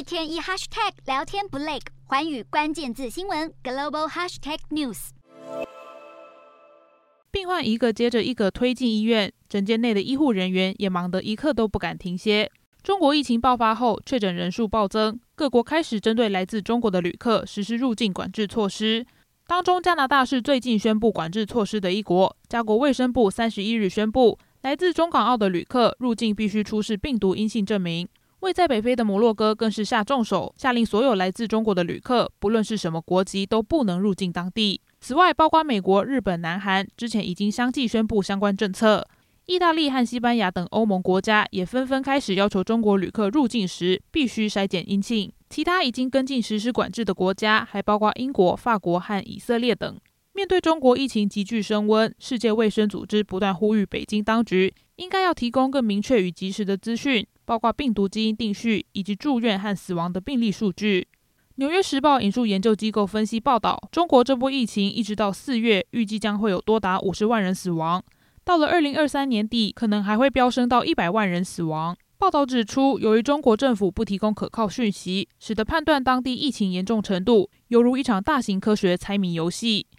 天一 hashtag 聊天不累，寰宇关键字新闻 global hashtag news。 病患一个接着一个推进医院，诊间内的医护人员也忙得一刻都不敢停歇。中国疫情爆发后，确诊人数暴增，各国开始针对来自中国的旅客实施入境管制措施。当中，加拿大是最近宣布管制措施的一国。加国卫生部31日宣布，来自中港澳的旅客入境必须出示病毒阴性证明。位在北非的摩洛哥更是下重手，下令所有来自中国的旅客，不论是什么国籍，都不能入境当地。此外，包括美国、日本、南韩之前已经相继宣布相关政策。意大利和西班牙等欧盟国家也纷纷开始要求中国旅客入境时必须筛检阴性。其他已经跟进实施管制的国家还包括英国、法国和以色列等。面对中国疫情急剧升温，世界卫生组织不断呼吁北京当局应该要提供更明确与及时的资讯，包括病毒基因定序以及住院和死亡的病例数据。纽约时报引述研究机构分析报道，中国这波疫情一直到4月，预计将会有多达50万人死亡。到了2023年底，可能还会飙升到100万人死亡。报道指出，由于中国政府不提供可靠讯息，使得判断当地疫情严重程度犹如一场大型科学猜谜游戏。